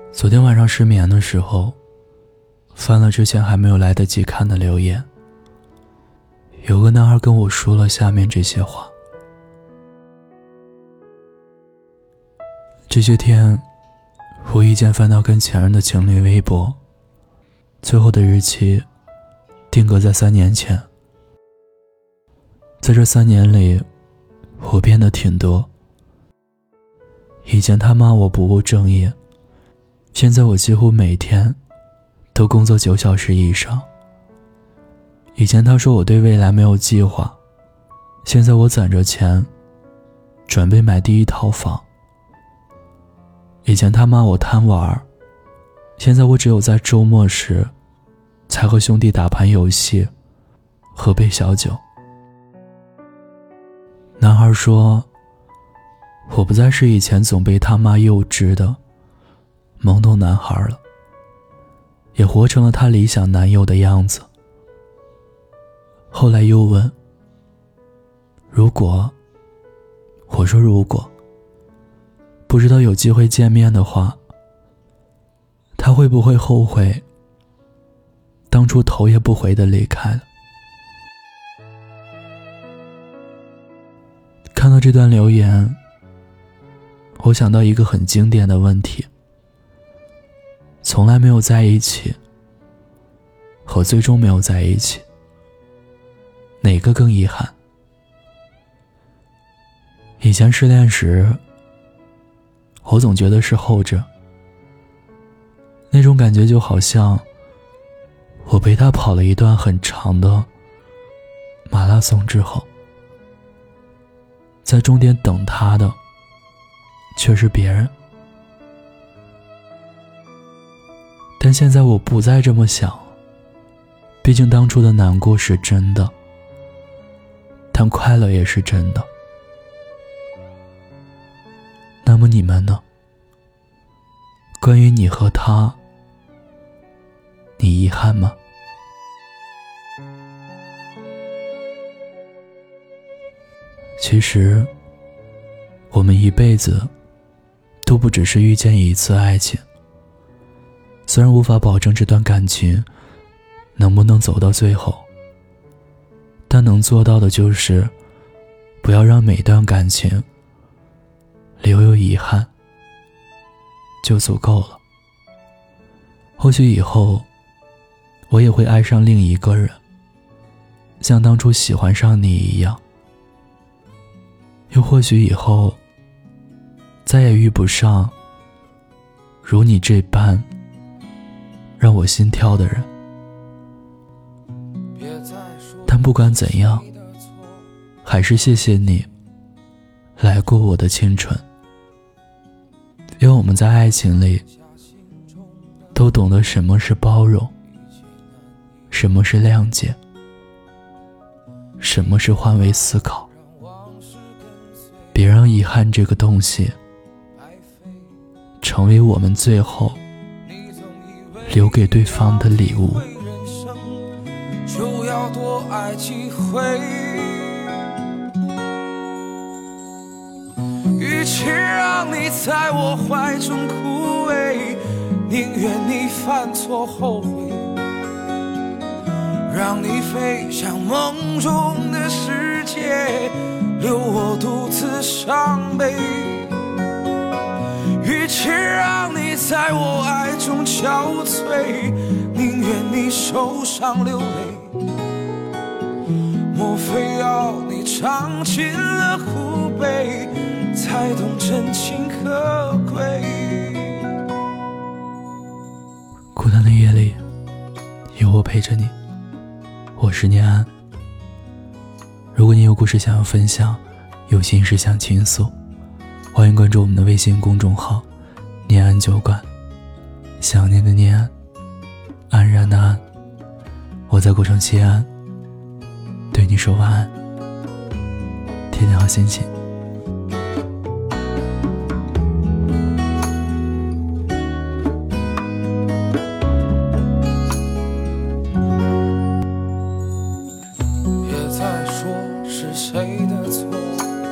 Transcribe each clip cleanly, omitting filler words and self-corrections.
昨天晚上失眠的时候，翻了之前还没有来得及看的留言，有个男孩跟我说了下面这些话。这些天无意间翻到跟前任的情侣微博，最后的日期定格在3年前。在这3年里，我变得挺多。以前他骂我不务正业，现在我几乎每天都工作9小时以上。以前他说我对未来没有计划，现在我攒着钱准备买第1套房。以前他骂我贪玩，现在我只有在周末时才和兄弟打盘游戏，喝杯小酒。男孩说，我不再是以前总被他骂幼稚的懵懂男孩了，也活成了他理想男友的样子。后来又问，如果，我说如果，不知道有机会见面的话，他会不会后悔当初头也不回地离开了。看到这段留言，我想到一个很经典的问题，从来没有在一起和最终没有在一起，哪个更遗憾？以前失恋时，我总觉得是后者，那种感觉就好像我陪他跑了一段很长的马拉松之后，在终点等他的却是别人。但现在我不再这么想，毕竟当初的难过是真的，但快乐也是真的。那么你们呢？关于你和他，你遗憾吗？其实，我们一辈子都不只是遇见一次爱情。虽然无法保证这段感情能不能走到最后，但能做到的就是不要让每段感情留有遗憾，就足够了。或许以后我也会爱上另一个人，像当初喜欢上你一样。又或许以后再也遇不上如你这般让我心跳的人。但不管怎样，还是谢谢你来过我的青春。愿我们在爱情里都懂得什么是包容，什么是谅解，什么是换位思考。别让遗憾这个东西成为我们最后留给对方的礼物。 就要多爱几回，与其让你在我怀中枯萎，宁愿你犯错后悔，让你飞向梦中的世界，留我独自伤悲。与其让你在我爱中憔悴，宁愿你受伤流泪。莫非要你尝尽了苦悲，才懂真情可贵？ 孤单的夜里，有我陪着你。我是念安。如果你有故事想要分享，有心事想倾诉，欢迎关注我们的微信公众号念安酒馆。想念的念安，安然的安，我在古城西安对你说晚安，天天好心情。 别再说是谁的错，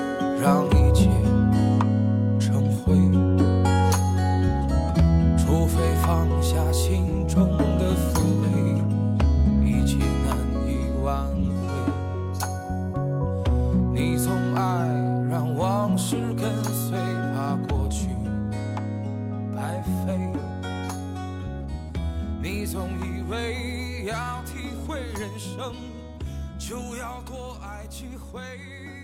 让一切成灰。除下心中的滋味，一切难以挽回。你总爱让往事跟随，怕过去白费。你总以为要体会人生，就要多爱几回。